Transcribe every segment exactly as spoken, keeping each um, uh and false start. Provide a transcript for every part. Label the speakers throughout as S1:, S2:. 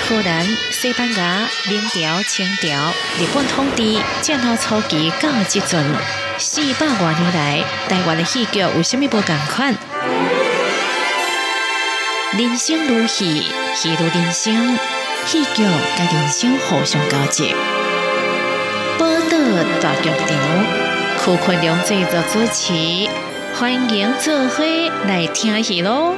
S1: 荷兰、西班牙、明朝、清朝、日本统治战后初期到即阵，四百多年来，台湾的戏剧有啥物无同款？人生如戏，戏如人生，戏剧甲人生互相交织。宝岛大剧场，邱坤良制作主持，欢迎做伙来听戏咯！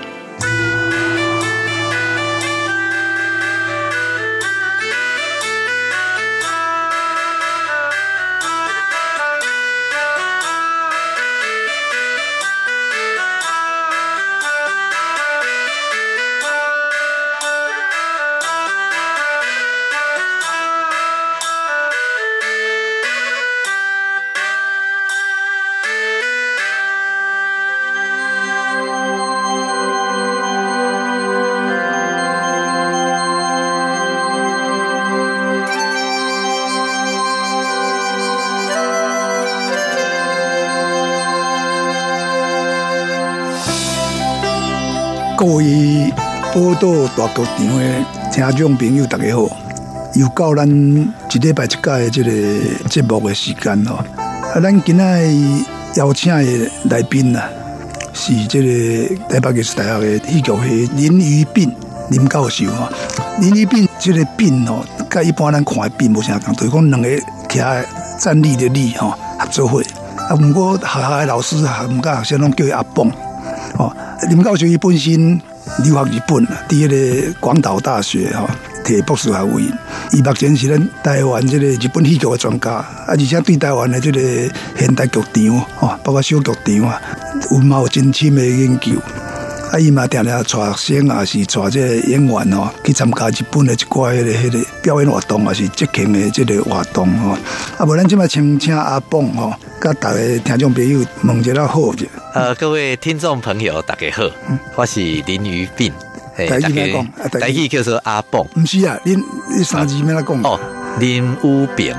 S2: 各位宝岛大剧场的听众朋友，大家好！又到咱一礼拜一届的这个节目的时间哦。啊，咱今仔邀请的来宾啊，是这个台北艺术大学的戏剧系林于彬林教授哦。林于彬这个彬哦，甲一般咱看的彬无啥同，就是讲两个徛站立的立吼合作伙。啊，不过学校的老师啊，唔甲学生拢叫伊阿蹦哦。林教授伊本身留学日本，伫迄个广岛大学吼摕博士学位。伊目前是咱台湾即个日本戏剧的专家，啊，而且对台湾的即个现代剧场吼，包括小剧场啊，有嘛有真深的研究。啊，伊嘛定定带学生啊，是带即个演员吼去参加日本的一寡迄个迄个表演活动，啊是即兴的即个活动吼。啊，无咱即摆请请阿蹦吼，甲大家听众朋友问一下好者。
S3: 呃，各位听众朋友，大家好，嗯、我是林于彬。
S2: 台语来讲，
S3: 台语叫做阿蹦。
S2: 不是啊，恁你三字咩来讲？
S3: 哦，林武炳。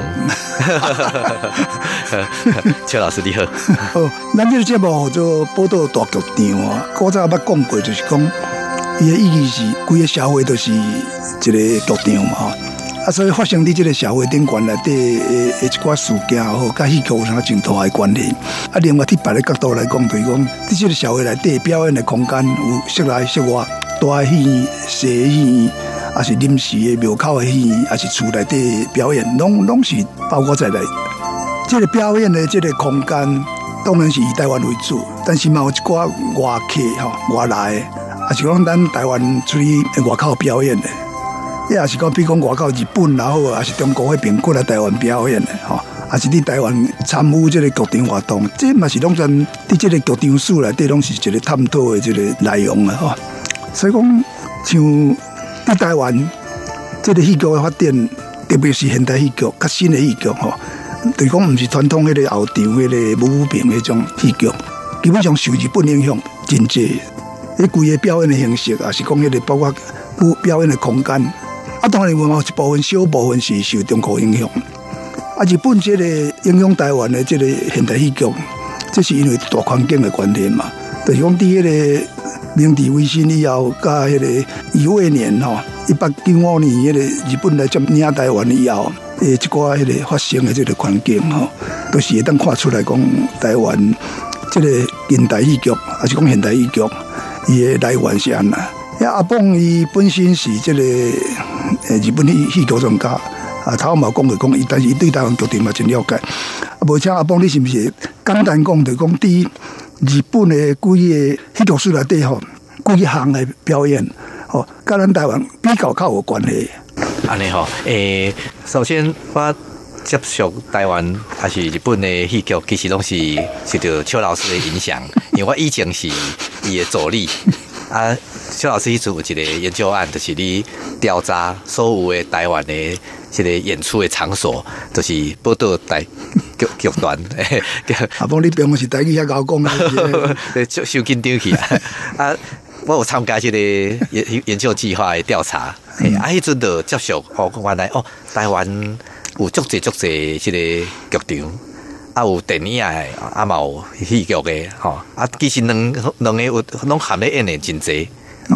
S3: 邱老师你好。
S2: 哦，咱这个节目叫做宝岛大剧场啊。古早捌讲过，就是讲伊的意义是，规个社会都是一个剧场嘛吼。啊，所以发生伫这个社会顶端内底的一寡事件吼，甲戏剧有啥真大的关联。啊，另外伫别个角度来讲，就是讲伫这个社会内底表演的空间有室内室外。大戏院、小戏院，还是临时的庙口的戏院，还是厝内底表演，拢拢是包括在内。这个表演的这个空间，当然是以台湾为主，但是嘛有一寡外客吼、外来的，也是讲咱台湾出去外口表演的，也是讲比如讲外口日本然后还是中国那边过来台湾表演的吼，还是伫台湾参与这个剧场活动，这嘛是拢在伫这个剧场史内底拢是一个探讨的这个内容啊吼。所以讲，像伫台湾，这个戏剧的发展，特别是现代戏剧、较新的戏剧吼，就是讲唔是传统迄个后场迄个武平迄种戏剧，基本上受日本影响真济。迄规个表演的形式，也是讲迄个包括表演的空间，啊，当然有一部分小部分是受中国影响。啊，日本这个影响台湾的这个现代戏剧，这是因为大环境的关联嘛，就是讲伫迄个。明治维新以后，甲迄个乙未年吼，一八九五年，迄个日本来占领台湾以后，诶，一寡迄个发生的这个环境吼，都是会当看出来讲台湾这个近代戏剧，还是讲现代戏剧，伊的来源是安那。呀，阿蹦伊本身是这个诶日本戏戏剧专家，啊，头嘛讲过讲，伊但是伊对台湾剧场嘛真了解。啊，无请阿蹦，你是不是简单讲，就讲伫日本的几个戏剧史内底吼，几项的表演，吼，甲咱台湾比较较有关系。
S3: 安尼吼，诶，首先我接触台湾还是日本的戏剧，其实拢是受到邱老师的影响，因为我以前是伊的助理啊。邱老师迄阵有一个研究案，就是你调查所有的台湾的这个演出的场所，就是报道台。剧剧团，
S2: 阿邦，你平常是台语遐高讲啊？
S3: 受受紧张去啊！啊，我有参加这个研研究计划的调查，嗯、啊，迄阵就接触哦，原来哦，台湾有足济足济这个剧场，啊有电影的，啊嘛有戏剧的，吼、哦，啊其实两两个有拢含咧演的真济。哦，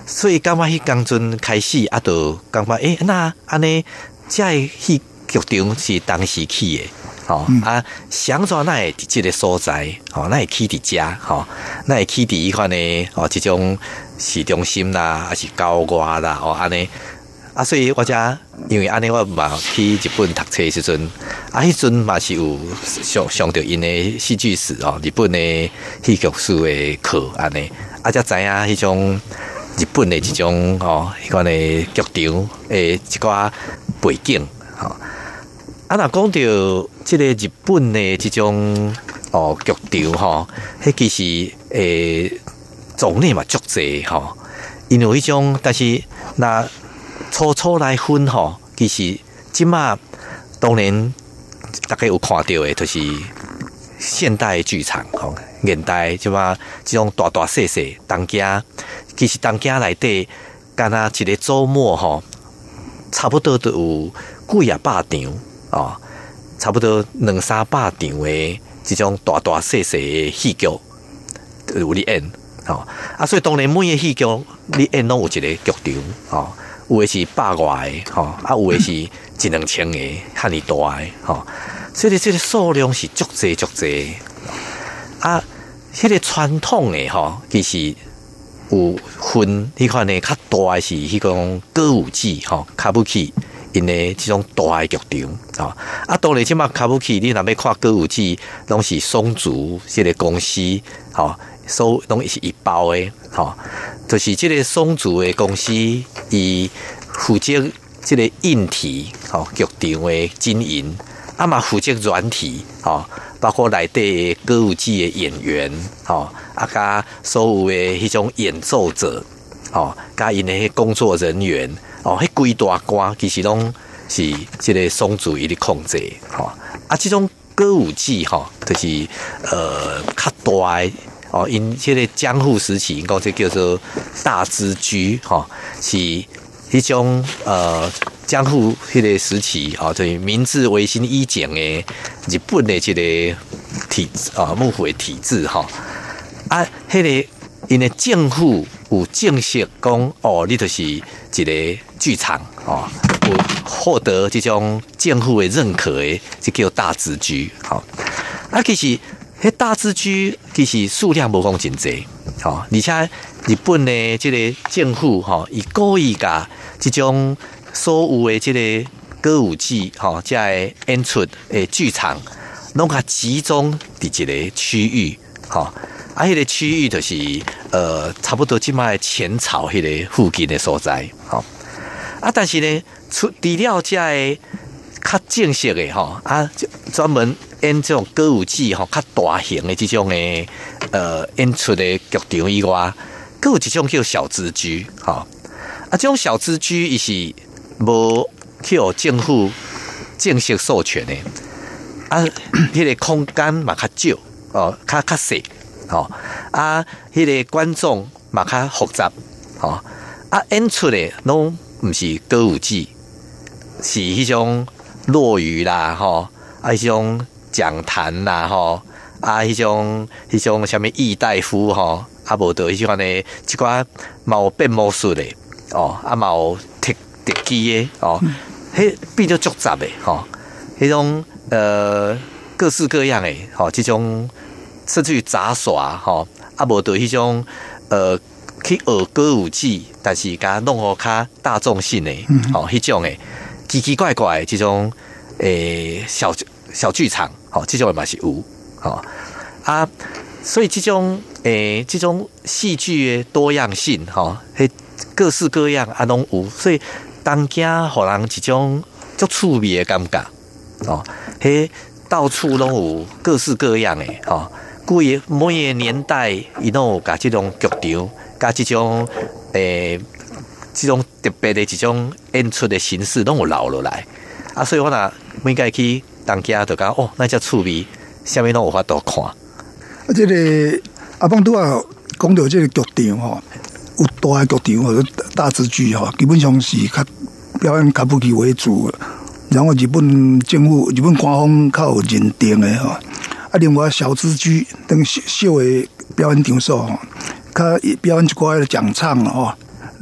S3: 所以感觉迄当阵开始啊，就感觉诶，那安尼这戏剧场是当时起的。吼、哦嗯、啊，想怎那会伫即个所在，吼、哦，那会起伫遮，吼、哦，那会起伫伊款呢，哦，即种市中心啦，还是郊外啦，哦，安尼，啊，所以我遮因为安尼，我嘛去日本读册的时阵，啊，迄阵嘛是有上上着因的戏剧史哦，日本的戏剧史的课安尼，啊，才知影迄种日本的即种哦，迄款的剧场诶一寡背景，吼、哦。啊，若讲到即个日本的即种哦剧场吼，迄其实诶种类嘛足济吼，因为迄种，但是若初初来分吼，其实即马当然大家有看到的，就是现代剧场吼，现代即马即种大大细细当家，其实当家内底，敢若一个周末吼，差不多都有几啊百场。哦，差不多两三百场的这种大大细细的戏剧有咧演，哦啊，所以当然每个戏剧咧演拢有一个剧场，哦，有的是百外的，吼、哦，啊，有的是一两千个，遐尼大的，吼、哦，所以这个数量是足济足济，啊，迄个传统的吼，其实有分迄款呢，较大的是迄种歌舞伎，吼，卡布奇。因的这种大的剧场啊，啊，当然即马卡布奇，你若要看歌舞伎，拢是松竹这个公司，吼，所拢是一包的，吼，就是这个松竹的公司，伊负责这个硬体，吼，剧场的经营，啊嘛负责软体，吼，包括内底的歌舞伎的演员，吼，啊加所有的迄种演奏者，吼，加因的工作人员。哦，迄规大关其实拢是这个松竹伊的控制，吼、哦、啊，这种歌舞伎吼、哦，就是呃较大的哦，因这个江户时期，讲这叫做大之居，吼、哦，是迄种呃江户迄个时期，哦，就是明治维新以前的日本的这个体啊幕府的体制，吼、哦、啊，迄、那个因的政府有正式讲，哦，你就是一个剧场哦，有获得这种政府的认可的，就叫大之居。好、哦，啊，其实迄大之居其实数量无讲真济，好、哦，而且日本的这个政府哈，伊故意甲这种所有的这个歌舞伎哈，即个演出的剧场，拢甲集中伫一个区域，哈、哦。啊，迄、那个区域就是呃，差不多即卖前朝迄个附近的所在，吼、哦。啊，但是呢，除除了这个较正式的吼，啊，专门演这种歌舞伎吼，较大型的这种的呃演出的剧场以外，佫有一种叫小资居，吼、哦。啊，这种小资居伊是无去互政府正式授权的，啊，迄、那个空间嘛较少，哦，较较细。吼、哦、啊，迄、那个观众嘛较复杂，吼、哦、啊，演出的拢毋是歌舞伎，是迄种落语啦，吼啊，迄种讲坛啦，吼啊，迄种迄种啥物易大夫吼，啊，无到迄款呢，即寡嘛有变魔术的，哦，啊嘛有特特技的，哦，迄变做复杂的，吼、哦，迄种呃各式各样的，吼、哦，即种。甚至于杂耍吼，啊无到迄种呃去学歌舞伎，但是甲弄互较大众性的，吼、嗯，迄种诶奇奇怪怪这种诶、欸、小小剧场，吼，这种嘛是有，吼啊，所以这种诶、欸、这种戏剧的多样性，吼，迄各式各样啊拢有，所以当家互人一种足趣味的感觉，哦，迄到处拢有各式各样诶，吼。规个每个年代，伊拢有甲即种剧场，甲即种诶，即、欸、种特别的一种演出的形式，拢有留落来。啊，所以我若每届去当家，就讲哦，那只趣味，啥物拢有法度看。啊，
S2: 即、這个阿邦拄啊讲到即个剧场吼，有大嘅剧场或者大之剧吼，基本上是较表演卡布奇为主。然后日本政府、日本官方较有认定的吼。啊，另外小之居等小小的表演场所吼，较表演一寡奖唱吼，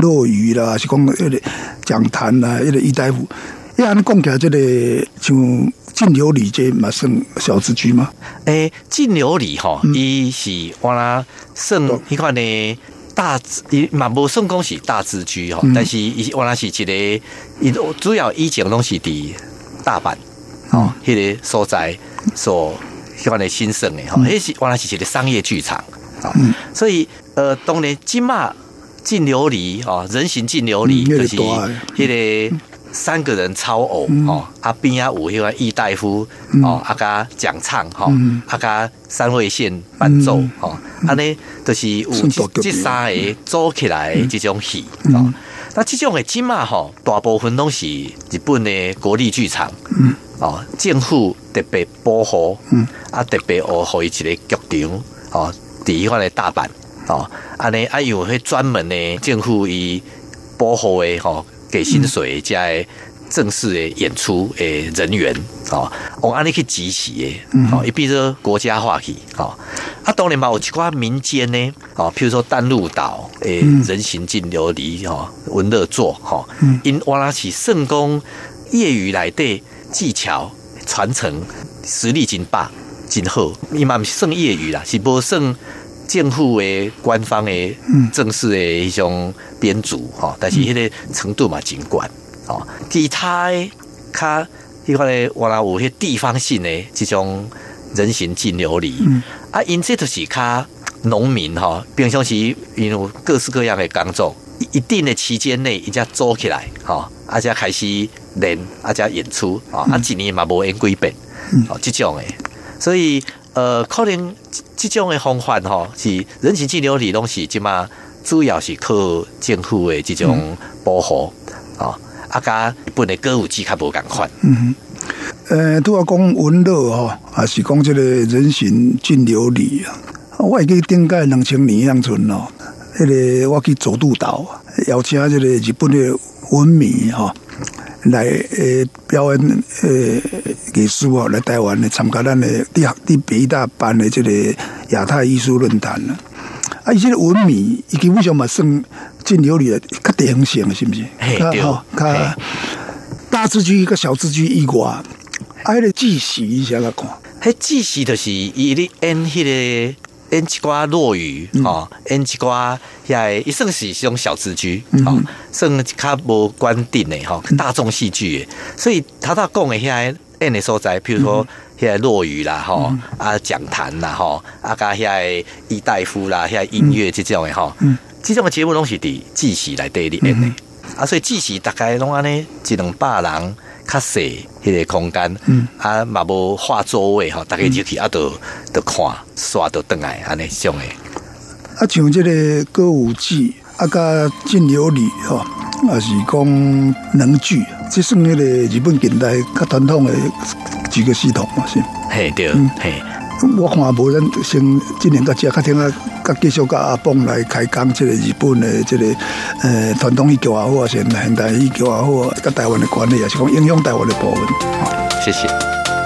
S2: 落雨啦，是讲迄个讲坛啦，迄个衣大夫，伊安尼讲起来，这个像晋琉璃这嘛算小资居吗？
S3: 诶，晋琉璃吼，伊、嗯、是我啦算迄款呢大，伊嘛无算讲是大资居吼，嗯、但是伊我啦是一个，伊主要以前拢是伫大阪哦，迄、嗯、个所在所迄款的兴盛的吼，迄、嗯、是我啦是一个商业剧场。嗯、所以，呃，当然，今嘛晋琉璃哦，人形晋琉璃就是迄个三个人操偶哦，啊边啊有迄个易大夫哦，啊加讲唱吼，啊加三味线伴奏吼，安尼就是有这三个组起来这种戏哦。那这种的今嘛吼，大部分都是日本的国立剧场哦，政府特别保护，啊特别哦，予伊一个剧场哦。第一款的大阪哦，安尼啊有迄专门的政府伊保护的吼，给薪水加正式的演出的人员哦，往安尼去支持的哦，伊比如说国家化去哦，啊当然嘛有一寡民间呢哦，譬如说淡路岛诶人形晋琉璃吼文乐座吼，因我那是圣公业余内底技巧传承实力真霸。真好，伊嘛毋是算业余啦，是无算政府的官方的正式的迄种编组吼，但是迄个程度嘛真悬吼。其他的较迄款的，原来有迄地方性的这种人形晋琉璃，嗯、啊，因这就是较农民吼，平常时因有各式各样的工作，一定的期间内，伊才做起来吼，啊，才开始练，啊，才演出啊，啊，一年嘛无演几遍，哦，这种的。所以，呃，可能这种的方法吼，是人形晋琉璃拢是即嘛，主要是靠政府的这种保护啊，啊，甲本的歌舞伎较无共款。
S2: 嗯，呃，拄啊讲文乐吼，还是讲这个人形晋琉璃啊？我会记顶届两千年样阵咯，迄个我去佐渡岛，邀请这个日本的文迷吼。来诶表演诶艺术哦，来台湾来参加咱的第第北大办的这个亚太艺术论坛啦。啊，伊这个文迷，伊基本上嘛算晋琉璃较地方性的，是不是？
S3: 嘿，对，
S2: 较大字居甲小字居以外，啊，迄个纪实你啥个看？
S3: 迄纪实就是伊咧演迄个。演一寡落语吼，演一寡遐，伊算是种小字剧吼，算较无官定的吼，大众戏剧的。所以他他讲的遐演的所在，譬如说遐落语啦吼，啊讲坛啦吼，啊加遐易大夫啦，遐音乐这种的吼，这种的节目拢是伫纪实内底咧演的。啊，所以纪实大概拢安尼一两百人。较细迄个空间，嗯、啊，嘛无画座位吼，大家入去啊，都都看，刷都转来安尼种诶。
S2: 啊，像这个歌舞伎啊，甲晋琉璃吼，也是讲能剧，这算迄个日本近代较传统的几个系统嘛，是。
S3: 嘿，对，嗯、嘿。
S2: 我看无咱先今年到这，较听啊，甲继续甲阿邦来开讲，这个日本的这个呃传统戏剧也好啊，现现代戏剧也好啊，甲台湾的关系也是讲影响台湾的部分。
S3: 好，谢谢。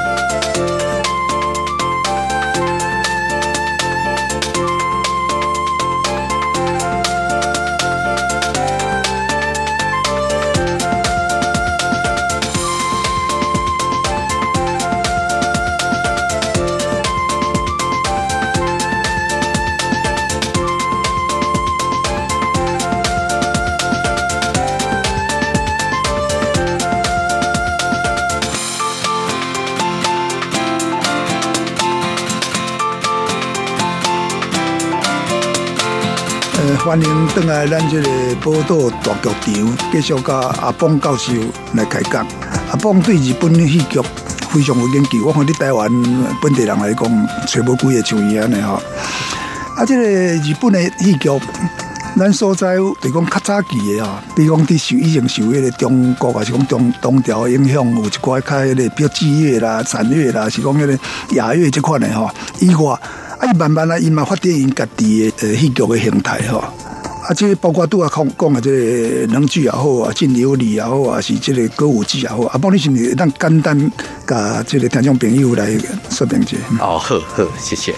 S2: 欢迎回来咱这个宝岛大剧场，继续甲阿邦教授来开讲。阿邦对日本戏剧非常有研究，我看你台湾本地人来讲，找无几个像伊安尼吼。啊，这个日本的戏剧，咱所在就讲较早期的吼，比如讲伫受以前受迄个中国还是讲中东调影响，有一寡较迄个比较祭乐啦、禅乐啦，是讲迄个雅乐这款的吼以外。啊，伊慢慢啊，伊嘛发展因家己的呃戏剧的形态吼，啊，这包括拄啊讲讲的这个能剧也好啊，晋琉璃也好啊，是这个歌舞伎也好，啊，帮你是不是咱简单甲这个听众朋友来说明一下？
S3: 哦，好好，谢谢。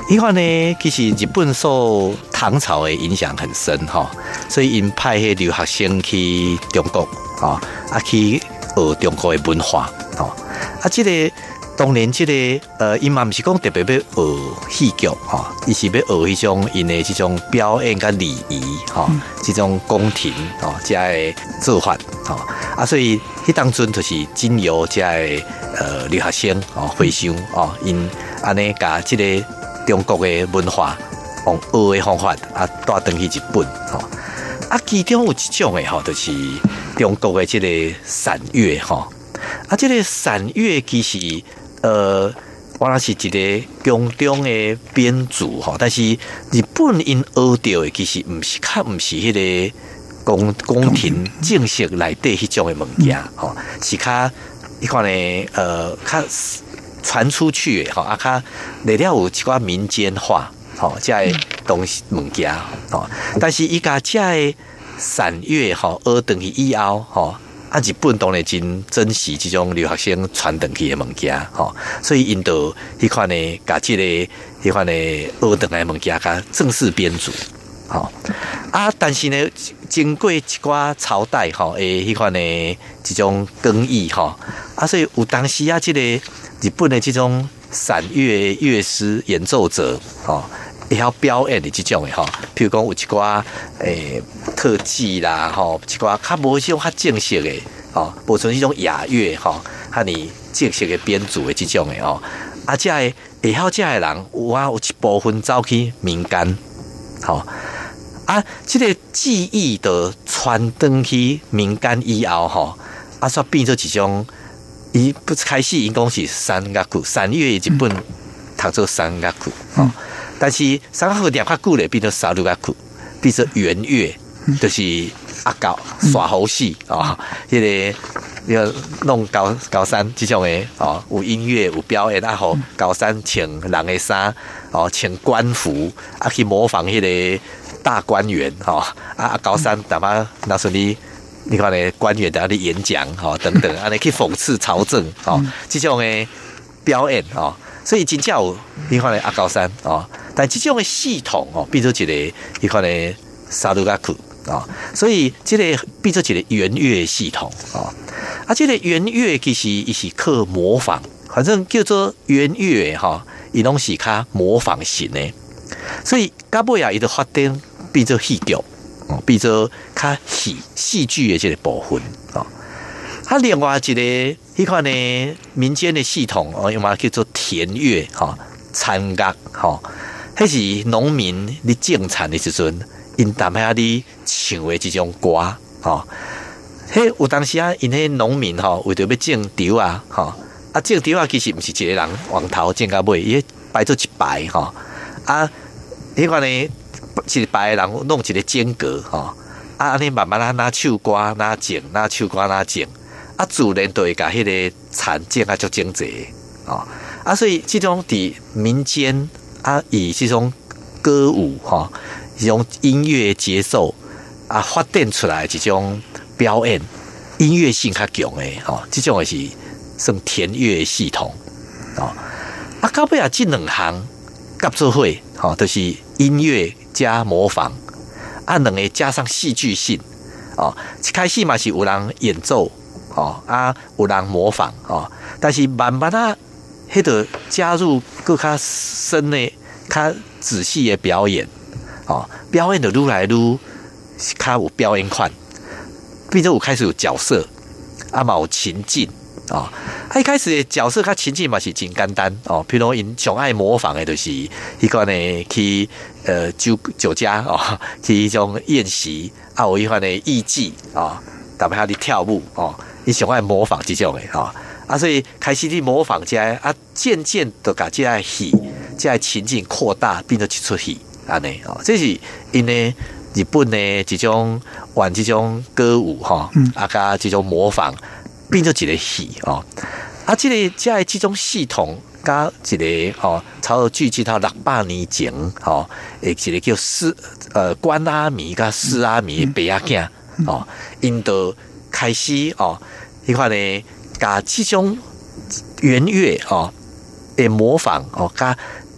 S3: 伊款呢，其实日本受唐朝的影响很深哈，所以因派迄留学生去中国啊，啊去学中国的文化哦，啊这个当然这个呃，因嘛不是讲特别要学戏剧哈，伊是要学迄种因的这种表演跟礼仪哈，这种宫廷哦，这的做法哦，啊所以迄当阵就是经由这的呃留学生哦回乡哦，因安尼甲这个中国的文化用学的方法啊带转去日本吼，啊其中有一种的吼，就是中国的这个散乐吼，啊这个散乐其实呃，原来是一个宫中的编组吼，但是日本因学到的其实唔是较唔是迄个宫宫廷正式内底迄种的物件吼，是较迄款呢呃较。传出去的吼，啊，较内底有一寡民间化吼，这个东西物件吼，但是伊家这个散乐吼学转去以后吼，啊，日本当然真珍惜这种留学生传转去的物件吼，所以因就迄款呢，甲这个迄款呢学转来的物件，甲正式编组吼啊，但是呢，经过一寡朝代吼，诶，迄款呢这种更易吼，啊，所以有当时啊，这个。日本的这种散乐乐师、演奏者，吼，也要表演的这种的吼，譬如讲有一寡诶特技啦，吼，一寡较无迄种较正式的，吼，无像迄种雅乐，吼，哈你正式的编组的这种的哦，啊，这个会晓这个人有啊，有一部分走去民间，吼，啊，这个技艺的传转去民间以后，吼，啊，煞变做一种。伊不开始，因讲是三乐曲，三乐日本读做三乐曲，哦，但是三乐曲念较久咧，变做三乐曲，变做圆乐，就是阿高耍猴戏啊，迄个要弄高高山这种诶，哦，有音乐有表演，啊好高山穿人的衫，哦，穿官服，啊去模仿迄个大官员，哦，啊高山淡薄那时你。你看呢，官员在那里演讲哈等等，啊，你去讽刺朝政哦，这种的表演哦，所以真正有你看呢阿高山哦，但这种的系统哦，变做一个你看呢沙鲁嘎库啊，所以这个变做一个圆乐系统哦，啊，这个圆乐其实伊是靠模仿，反正叫做圆乐哈，伊拢是较模仿型的，所以到尾啊，伊就发展变做戏剧。哦，比如较戏戏剧的这个部分哦，它另外一个迄款呢民间的系统哦，用嘛叫做田乐哈、田乐哈，迄是农民你种田的时阵，因淡海你唱的这种歌哦，迄有当时啊，因迄农民吼为着要种稻啊吼，啊种稻啊其实毋是一个人往头种到尾，伊摆做一排吼啊，迄款呢。一排人弄一个间隔吼，啊，安尼慢慢啊，拿唱歌拿种，拿唱歌拿种，啊，自然就会甲迄个田种啊足整齐哦，啊，所以这种伫民间啊，以这种歌舞哈，这种音乐节奏啊，发展出来这种表演，音乐性较强的吼，这种是算田乐系统哦，啊，到尾啊，这两项合做伙吼，就是音乐。加模仿，啊，两个加上戏剧性，哦，一开始嘛是有人演奏，哦，啊，有人模仿，哦，但是慢慢啊，迄个加入更较深的、较仔细的表演，哦，表演就愈来愈较有表演款，变成有开始有角色，啊嘛有情境。哦，啊，一开始的角色较情境嘛是真简单哦，譬如因上爱模仿的就是迄个呢去呃酒酒家哦，去迄种宴席啊，有迄款的艺伎啊，特别他伫跳舞哦，伊上爱模仿这种的哦，啊，所以开始去模仿这啊，渐渐的把这个戏、这个情境扩大，变成一出戏安尼哦，这是因呢日本的这种玩这种歌舞哈，啊，加这种模仿。变做一个戏哦，啊，这个这个这种系统加一个哦，差不多距今到六百年前哦，诶，一个叫施呃关阿弥加施阿弥的爸仔囝哦，因都开始哦，迄款呢，加这种圆乐哦，诶模仿哦，加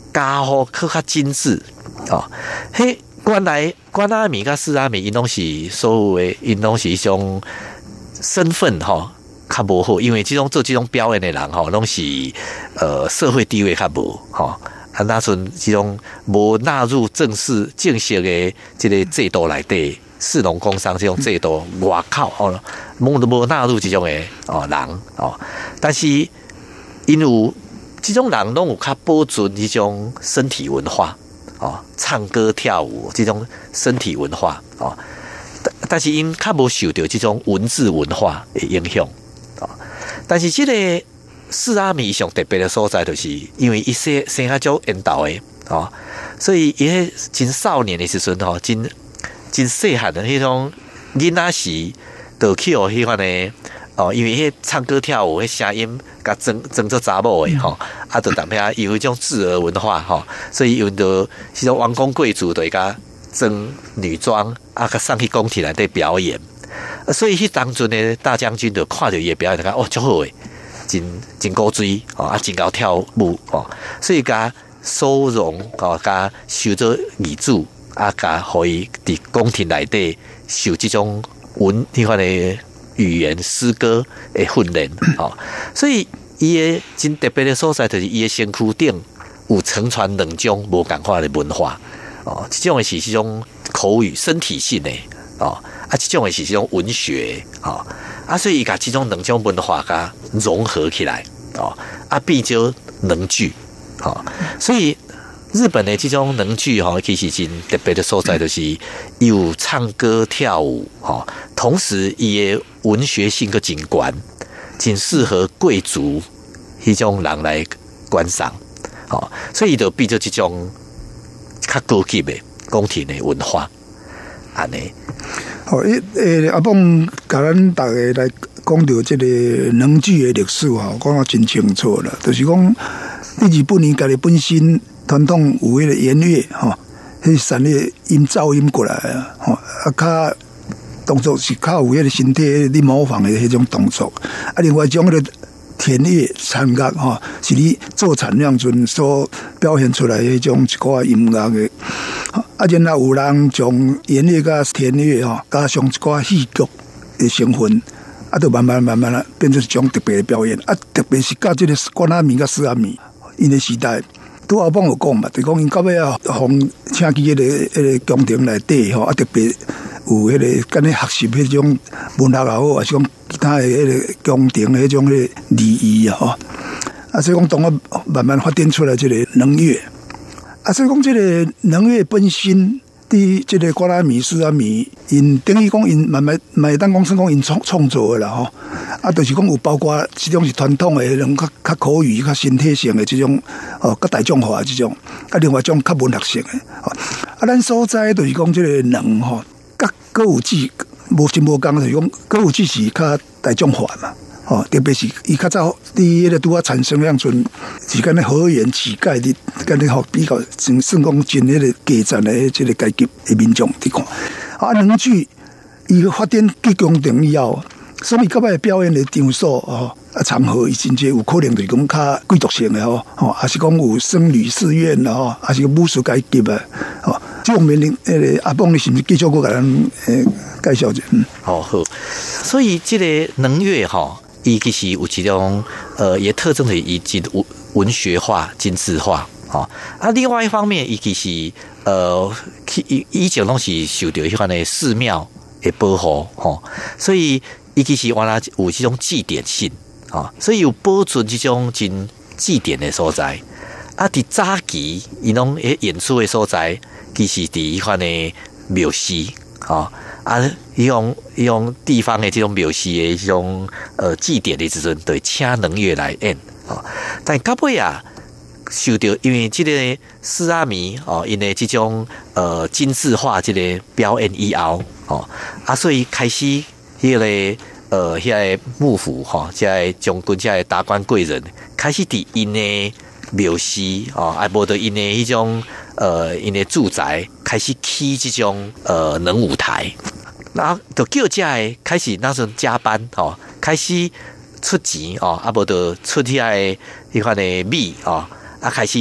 S3: 加好更较精致哦。嘿，原来关阿米甲四阿米，因拢是所有的，因拢是一种身份吼。哦较无好，因为这种做这种表演的人吼，拢是呃社会地位较无吼，啊那阵这种无纳入正式正式的这个制度内底，士农工商这种制度外口哦，无无纳入这种的哦人哦，但是因为这种人拢有较保存这种身体文化哦，唱歌跳舞这种身体文化哦，但是因较无受到这种文字文化的影响。但是这个四阿米上特别的所在，就是因为伊生生下就缘投的哦，所以伊迄真少年的时阵吼，真真细汉的迄种囡仔时，就去学迄款的哦，因为迄唱歌跳舞迄声音，甲装装做查某的吼，啊，就淡薄仔有迄种稚儿文化吼，所以用到迄种王公贵族就会甲装女装啊，甲上去宫廷内底表演。所以，迄当阵的大将军就看到伊表演，就讲哦，足好诶，真真古锥哦，啊，真够跳舞哦，所以甲收容哦，甲收做义主啊，甲互伊伫宫廷内底受这种文迄款的语言诗歌的训练哦，所以伊诶真特别的所在，就是伊诶身躯顶有承传两种无共款的文化哦，这种是这种口语身体性的哦。啊，这种也是这种文学啊、哦，啊，所以伊把这种两种文化甲融合起来哦，啊，变做能剧，哦，所以日本的这种能剧哈，其实真特别的所在就是有唱歌跳舞哈、哦，同时伊的文学性个真悬，真适合贵族迄种人来观赏，哦，所以就变做这种较高级的宫廷的文化，安尼。
S2: 哦，伊诶，阿蹦甲咱大家来讲到这个能剧的历史哈，讲得真清楚了。就是讲，你日本人家己本身传统有迄个弦乐哈，迄产业音噪音过来啊，吼啊，较动作是较有迄个身体你模仿的迄种动作。啊，另外一种迄个田乐产乐哈，是你做产量阵所表现出来的迄种一寡音乐的。啊，然后有人从弦乐甲田乐吼，加上一寡戏剧的成分，啊，就慢慢慢慢啦，变成一种特别的表演。啊，特别是甲这个关阿米甲四阿米，因的时代，拄阿邦有讲嘛，就讲因到尾啊，从请去迄个迄个宫廷内底吼，啊，特别有迄个跟你学习迄种文学也好，还是讲其他的迄个宫廷的迄种的礼仪啊，吼，啊，所以讲当我慢慢发展出来这个能乐。啊，所以讲，这个能乐本身，伫这个关阿米、四阿米，因等于讲因慢慢慢当讲算讲因创创作的啦吼。啊，就是讲有包括这种是传统的，种较较口语、较身体性的这种哦，较大众化的这种，啊，另外一种较文学性的。啊，咱所在就是讲这个能吼，甲歌舞剧无真无共，就是讲歌舞剧是较大众化嘛。哦，特别是伊较早伫迄个拄啊产生两阵，是干咧河源乞丐的，干咧吼比较算算讲真迄个基层的即个阶级的民众伫看。啊，能剧伊发展去宫廷以后，所以到尾表演的场所哦啊场合，伊真正有可能就是讲较贵族性的吼，吼，还是讲有僧侣寺院啦吼，还是武术阶级啊，吼，这方面迄个阿邦，你是毋是继续搁甲咱诶介绍者？嗯，
S3: 好好，所以这个能乐吼。伊其实有一种呃，也特征是以真文文学化、精致化，吼、哦。啊，另外一方面，伊其实呃，以以前拢是受到迄款的寺庙的保护，吼、哦，所以伊其实原来有这种祭典性，啊、哦，所以有保存这种真祭典的所在。啊，伫早期伊拢诶演出的所在，其实伫迄款的庙寺，啊、哦。啊，伊用伊用地方的这种庙寺的这种呃祭典的时阵，对请能乐来演哦。但到尾啊，受到因为这个四阿弥哦，因为这种呃精致化这个表演以后哦，啊，所以开始迄个呃遐个幕府哈，遐个将军、遐个达官贵人开始伫因的庙寺哦，啊，无得因的迄种呃因的住宅开始起这种呃能舞台。然后就叫这个开始那时候加班哦，开始出钱哦，啊无就出遐个迄款的米哦，啊开始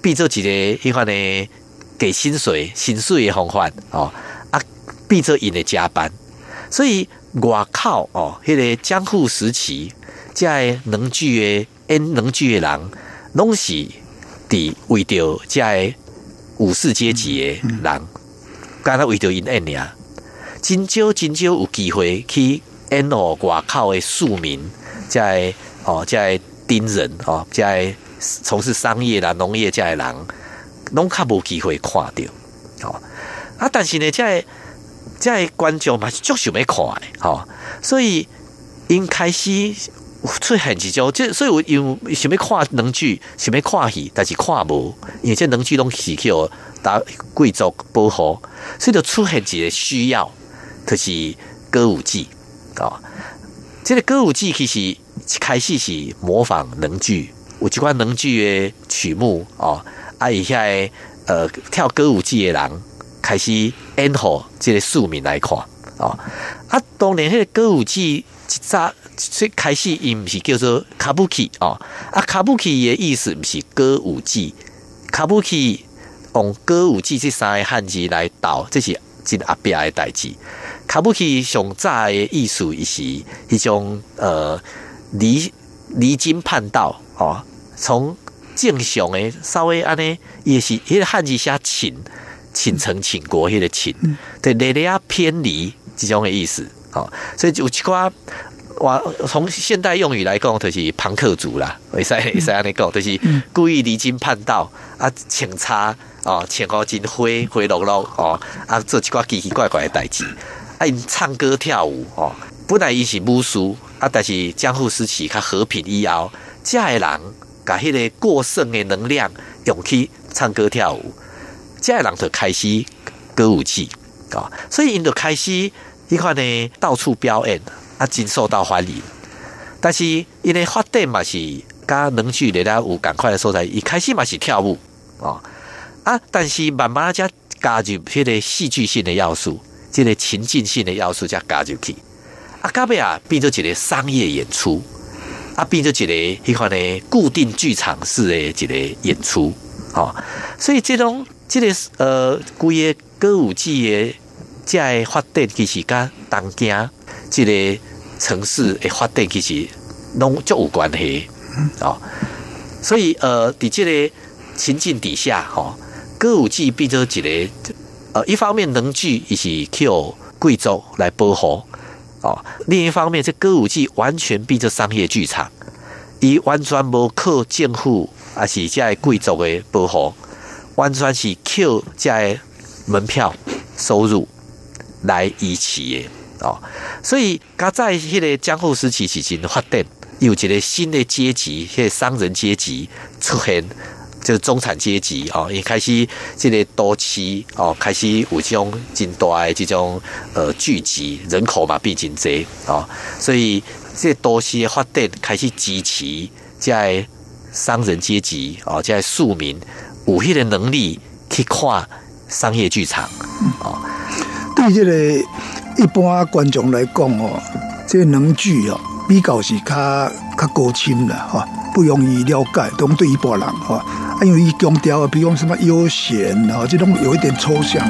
S3: 变做一个迄款呢给薪水薪水的方法哦，啊变做因的加班，所以外口哦，迄、那个江户时期，在能剧的演能剧的人，拢是伫为着在武士阶级的人，干那为着因演尔，真少真少有机会去演哦外口的庶民，在哦在丁人哦在从事商业啦、农业这的人，拢较无机会看到哦啊，但是呢，在在观众嘛是足想要看的吼，所以因开始出现一种，即所以有因想要看能剧，想要看戏，但是看无，因为这能剧拢是去互打贵族保护，所以就出现一个需要，就是歌舞伎哦。这个歌舞伎其实一开始是模仿能剧，有一款能剧的曲目哦，啊，以下呃跳歌舞伎的人。开始演互这个庶民来看哦，啊，当年迄个歌舞伎一早最开始，伊毋是叫做卡布奇哦，啊，卡布奇的意思毋是歌舞伎，卡布奇用歌舞伎这三个汉字来导，这是真阿壁的代志。卡布奇上早的意思是一种呃离离经叛道哦，从正常的稍微安尼，也是迄个汉字写秦。倾城倾国迄个倾，对，略略偏离这种的意思，哦，所以有一寡，我从现代用语来讲，就是朋克族啦，会使会使安尼讲，就是故意离经叛道啊，穿插哦，穿好真灰灰落落哦，啊，做一寡奇奇怪怪的代志，啊，因唱歌跳舞哦，本来伊是武士啊，但是江户时期较和平以后，这个人把迄个过剩的能量用去唱歌跳舞。这人就开始歌舞伎啊，所以因就开始迄款呢到处表演啊，真受到欢迎。但是因的发展嘛是甲能剧咧有赶快的所在，伊开始嘛是跳舞啊啊，但是慢慢才加入迄个戏剧性的要素，这个情境性的要素才加入去啊，到尾啊变做一个商业演出啊，变做一个迄款呢固定剧场式的一个演出啊，所以这种。这个呃，规个歌舞伎的这个发展，其实甲东京这个城市的发展，其实拢足有关系哦。所以呃，在这个情境底下，吼，歌舞伎变做一个呃，一方面能剧伊是靠贵族来保护哦，另一方面，这歌舞伎完全变做商业剧场，伊完全无靠政府还是这个贵族的保护。完全是靠这个门票收入来维持的哦，所以甲在迄个江户时期时阵发展，有一个新的阶级，迄个商人阶级出现，就是中产阶级哦，也开始这个都市哦，开始有这种真大的这种呃聚集，人口嘛变真多哦，所以这个都市的发展开始支持这个商人阶级哦，这个庶民。有迄个能力去看商业剧场，哦，
S2: 对这个一般观众来讲哦，这个能剧哦，比较是较较高深啦，哈，不容易了解。都对一般人哈，啊，因为伊强调，比如讲什么悠闲啊，这种有一点抽象。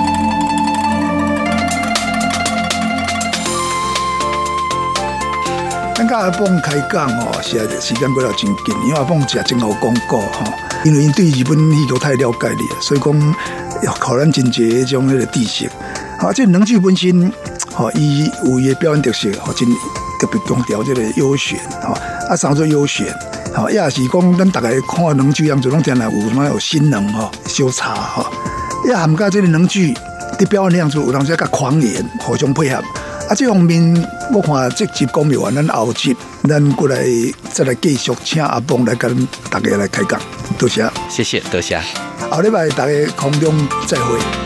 S2: 咱甲阿蹦开讲哦，是啊，时间过了真紧，因为阿蹦食真好广告哈。因为因对日本戏剧太了解了，所以讲要考咱真侪这种迄个知识。好，这能剧本身，吼，伊有伊的表演特色，吼，真特别强调这个悠闲，吼，啊，啥做悠闲，吼，也是讲咱大家看能剧，样子拢定来有什么有新能吼，小茶吼，也含甲这个能剧的表演样子，有当时甲狂言互相配合。啊，这方面我看这集讲不完，咱后集咱过来再来继续请阿蹦来跟大家来开讲，多谢，
S3: 谢谢，多谢。
S2: 后礼拜大家空中再会。